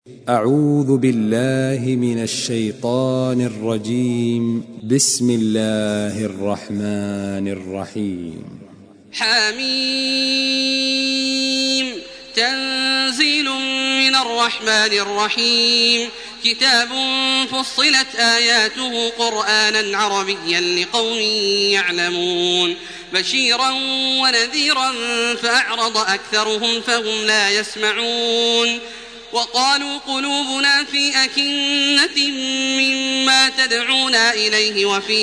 أعوذ بالله من الشيطان الرجيم. بسم الله الرحمن الرحيم. حميم. تنزيل من الرحمن الرحيم. كتاب فصلت آياته قرآنا عربيا لقوم يعلمون بشيرا ونذيرا فأعرض أكثرهم فهم لا يسمعون وقالوا قلوبنا في أكنة مما تدعونا إليه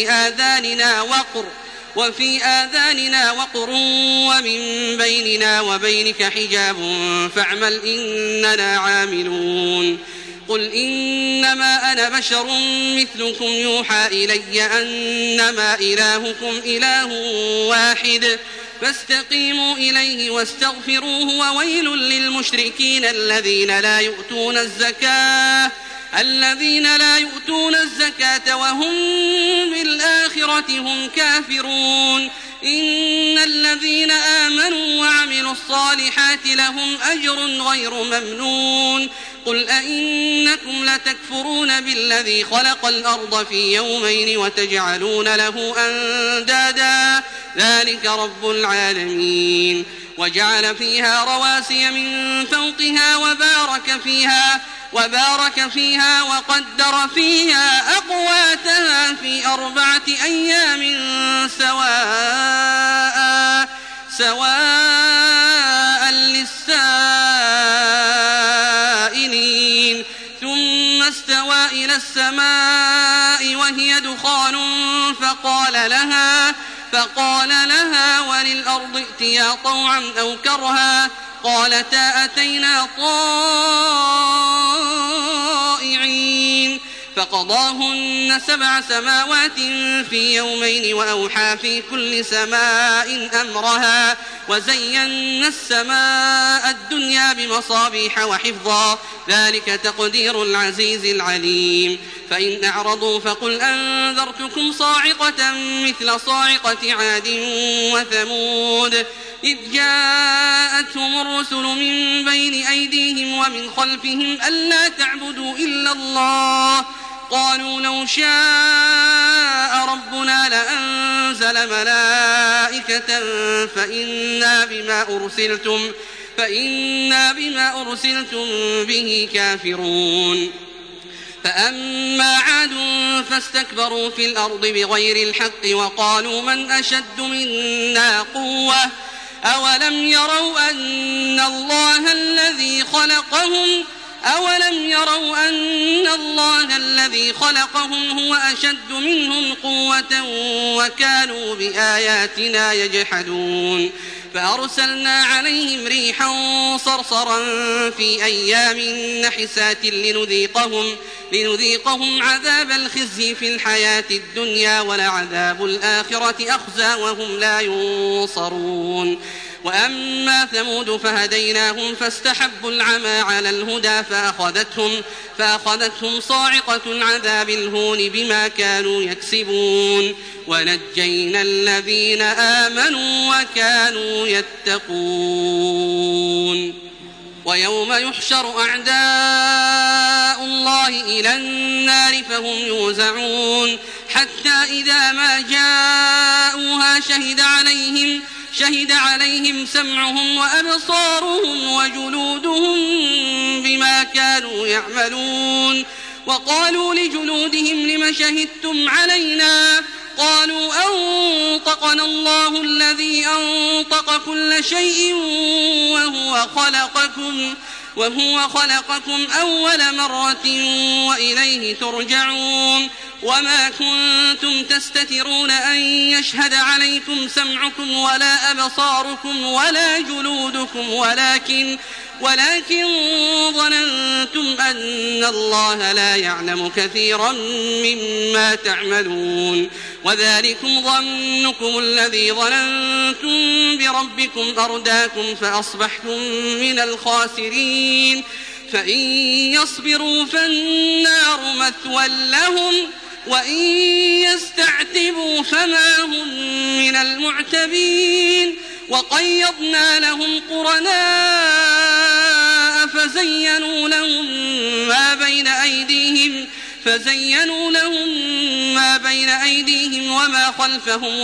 وفي آذاننا وقر ومن بيننا وبينك حجاب فاعمل إننا عاملون قل إنما أنا بشر مثلكم يوحى إلي أنما إلهكم إله واحد فاستقيموا إليه واستغفروه وويل للمشركين الذين لا يؤتون الزكاة وهم بالآخرة هم كافرون إن الذين آمنوا وعملوا الصالحات لهم أجر غير ممنون قل أئنكم لتكفرون بالذي خلق الأرض في يومين وتجعلون له أندادا ذلك رب العالمين وجعل فيها رواسي من فوقها وبارك فيها وقدر فيها أقواتها في 4 أيام سواء للسائلين ثم استوى إلى السماء وهي دخان فقال لها وللأرض ائتيا طوعا أو كرها قالتا أتينا طائعين فقضاهن 7 سماوات في يومين وأوحى في كل سماء أمرها وزينا السماء الدنيا بمصابيح وحفظا ذلك تقدير العزيز العليم فإن أعرضوا فقل أنذرتكم صاعقة مثل صاعقة عاد وثمود إذ جاءتهم الرسل من بين أيديهم ومن خلفهم ألا تعبدوا إلا الله قالوا لو شاء ربنا لأنزل ملائكة فإنا بما أرسلتم به كافرون فأما عاد فاستكبروا في الأرض بغير الحق وقالوا من أشد منا قوة أولم يروا أن الله الذي خلقهم هو أشد منهم قوة وكانوا بآياتنا يجحدون فأرسلنا عليهم ريحا صرصرا في أيام نحسات لنذيقهم عذاب الخزي في الحياة الدنيا ولعذاب الآخرة أخزى وهم لا ينصرون وأما ثمود فهديناهم فاستحبوا العمى على الهدى فأخذتهم صاعقة العذاب الهون بما كانوا يكسبون ونجينا الذين آمنوا وكانوا يتقون ويوم يحشر أعداء الله إلى النار فهم يوزعون حتى إذا ما جاءوها شهد عليهم سمعهم وأبصارهم وجلودهم بما كانوا يعملون وقالوا لجلودهم لم شهدتم علينا قالوا أنطقنا الله الذي أنطق كل شيء وهو خلقكم أول مرة وإليه ترجعون وما كنتم تستترون أن يشهد عليكم سمعكم ولا أبصاركم ولا جلودكم ولكن ظننتم أن الله لا يعلم كثيرا مما تعملون وذلكم ظنكم الذي ظننتم بربكم أرداكم فأصبحتم من الخاسرين فإن يصبروا فالنار مثوى لهم وإن يستعتبوا فما هم من المعتبين وقيضنا لهم قرناء فزينوا لهم ما بين أيديهم وما خلفهم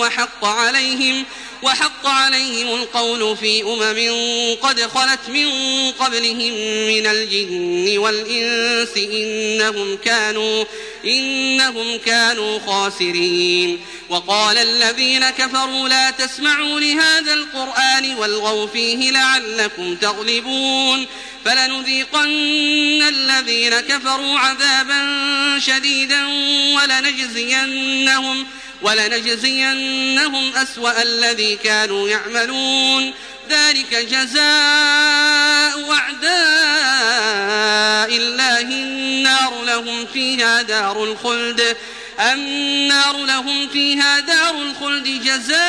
وحق عليهم القول في قد خلت من قبلهم من الجن والإنس إنهم كانوا خاسرين. وقال الذين كفروا لا تسمعوا لهذا القرآن والغوا فيه لعلكم تغلبون فلنذيقن الذين كفروا عذابا شديدا ولنجزينهم أسوأ الذي كانوا يعملون ذلك جزاء أعداء الله النار لهم فيها دار الخلد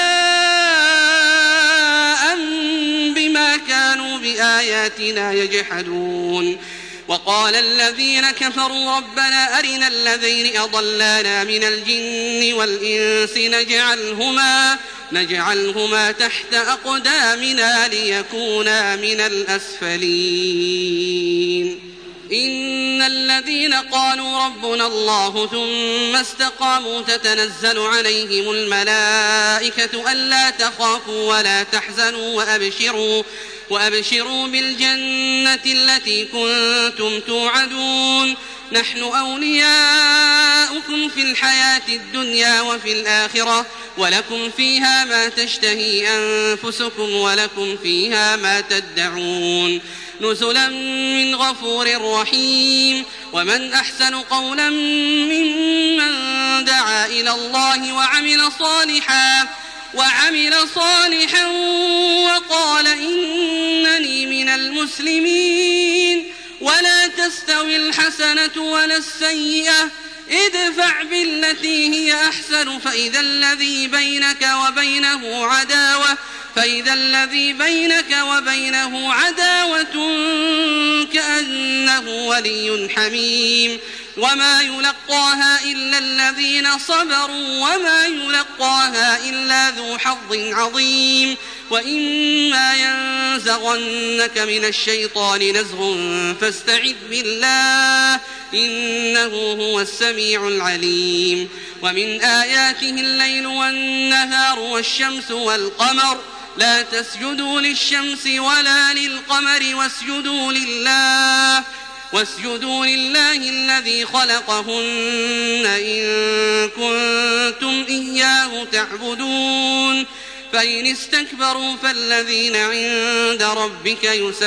جزاء بما كانوا بآياتنا يجحدون. وقال الذين كفروا ربنا أرنا الذين أضلانا من الجن والإنس نجعلهما تحت أقدامنا ليكونا من الأسفلين. إن الذين قالوا ربنا الله ثم استقاموا تتنزل عليهم الملائكة ألا تخافوا ولا تحزنوا وأبشروا بالجنة التي كنتم توعدون نحن أولياؤكم في الحياة الدنيا وفي الآخرة ولكم فيها ما تشتهي أنفسكم ولكم فيها ما تدعون نزلا من غفور رحيم. ومن أحسن قولا ممن دعا إلى الله وعمل صالحا وقال إنني من المسلمين. ولا تستوي الحسنة ولا السيئة ادفع بالتي هي أحسن فإذا الذي بينك وبينه عداوة كأنه ولي حميم. وما يلقاها إلا الذين صبروا وما يلقاها إلا ذو حظ عظيم. وإما ينزغنك من الشيطان نزغ فاستعذ بالله إنه هو السميع العليم. ومن آياته الليل والنهار والشمس والقمر لا تسجدوا للشمس ولا للقمر واسجدوا لله الذي خلقهن إن كنتم إياه تعبدون. فإن استكبروا فالذين عند ربك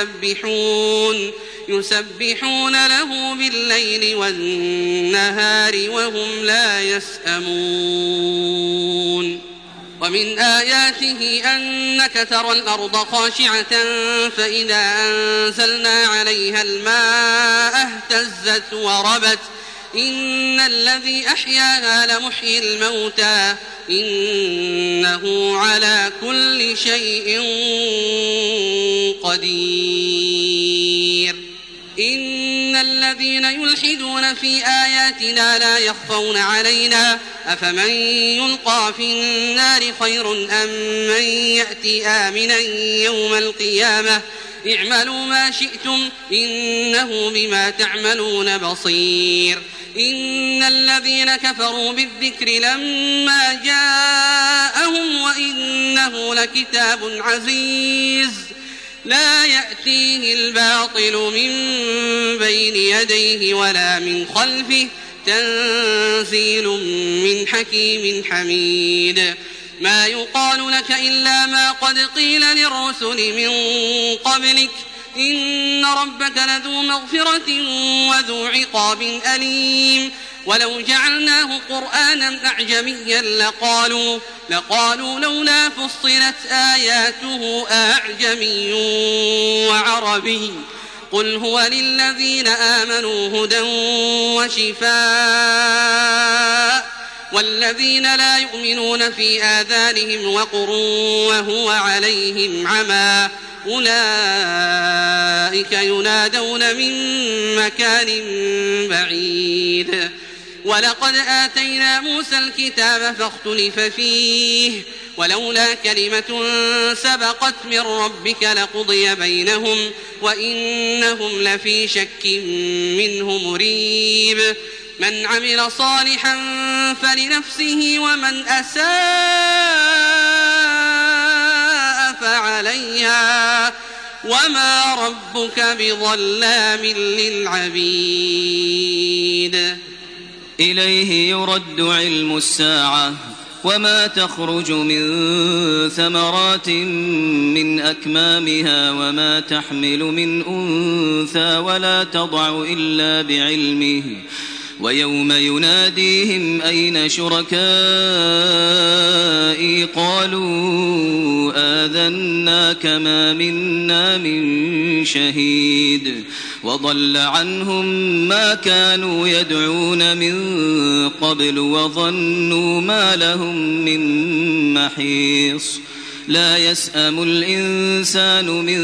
يسبحون له بالليل والنهار وهم لا يسأمون. ومن آياته أنك ترى الأرض خاشعة فإذا أنزلنا عليها الماء اهتزت وربت إن الذي أحياها لمحيي الموتى إنه على كل شيء قدير. إن الذين يلحدون في آياتنا لا يخفون علينا أفمن يلقى في النار خير أم من يأتي آمنا يوم القيامة اعملوا ما شئتم إنه بما تعملون بصير. إن الذين كفروا بالذكر لما جاءهم وإنه لكتاب عزيز لا يأتيه الباطل من بين يديه ولا من خلفه تنزيل من حكيم حميد. ما يقال لك إلا ما قد قيل للرسل من قبلك إن ربك لذو مغفرة وذو عقاب أليم. ولو جعلناه قرآنا أعجميا لقالوا لولا فصلت آياته أعجمي وعربي قل هو للذين آمنوا هدى وشفاء والذين لا يؤمنون في آذانهم وقر وهو عليهم عمى أولئك ينادون من مكان بعيد. ولقد آتينا موسى الكتاب فاختلف فيه ولولا كلمة سبقت من ربك لقضي بينهم وإنهم لفي شك منه مريب من عمل صالحا فلنفسه ومن أساء فعليها وما ربك بظلام للعبيد إليه يرد علم الساعة وما تخرج من ثمرات من أكمامها وما تحمل من أنثى ولا تضع إلا بعلمه ويوم يناديهم أين شركائي قالوا آذناك ما منا من شهيد وضل عنهم ما كانوا يدعون من قبل وظنوا ما لهم من محيص لا يسأم الإنسان من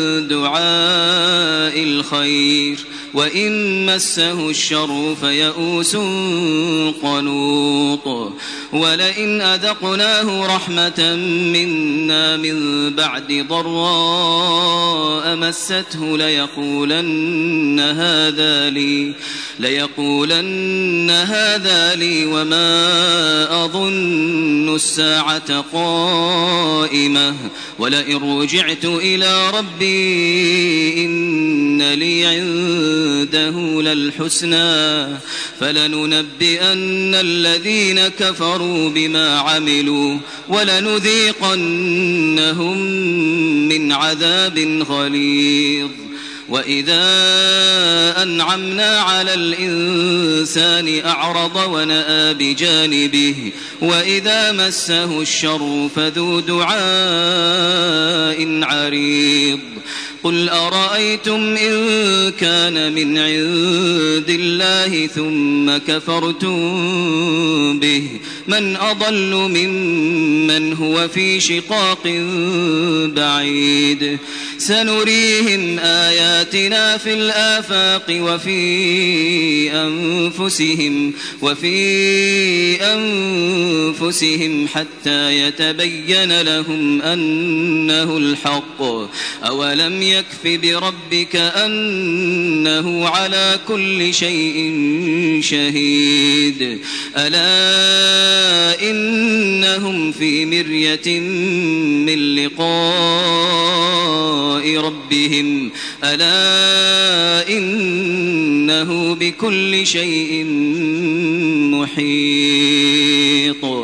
دعاء الخير وإن مسه الشر فيئوس قنوط ولئن أذقناه رحمة منا من بعد ضراء مسته ليقولن هذا لي وما أظن الساعة قائمة ولئن رجعت إلى ربي إن لي عنده للحسنى فلننبئن الذين كفروا بما عملوا ولنذيقنهم من عذاب غليظ وإذا أنعمنا على الإنسان أعرض ونأى بجانبه وإذا مسه الشر فذو دعاء عريض قل أرأيتم إن كان من عند الله ثم كفرتم به من أضل ممن هو في شقاق بعيد سنريهم آياتنا في الآفاق وفي أنفسهم حتى يتبين لهم أنه الحق أولم يكف بربك أنه على كل شيء شهيد ألا إنهم في مرية من لقاء ربهم ألا إنه بكل شيء محيط